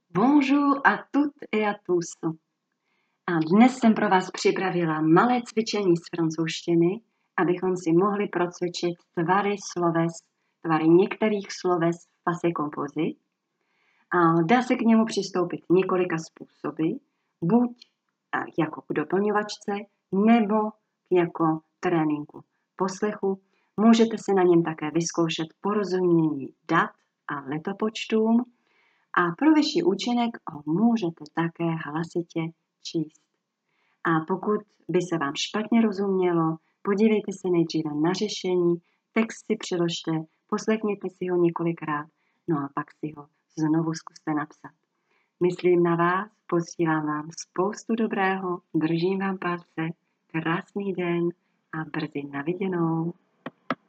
Bonjour à toutes et à tous. A dnes jsem pro vás připravila malé cvičení z francouzštiny, abychom si mohli procvičit tvary některých sloves v passé composé. A dá se k němu přistoupit několika způsoby, buď jako k doplňovačce, nebo jako tréninku poslechu. Můžete se na něm také vyzkoušet porozumění dat a letopočtům, a pro vyšší účinek ho můžete také hlasitě číst. A pokud by se vám špatně rozumělo, podívejte se nejdříve na řešení, text si přiložte, poslechněte si ho několikrát, no a pak si ho znovu zkuste napsat. Myslím na vás, posílám vám spoustu dobrého, držím vám palce, krásný den a brzy na viděnou.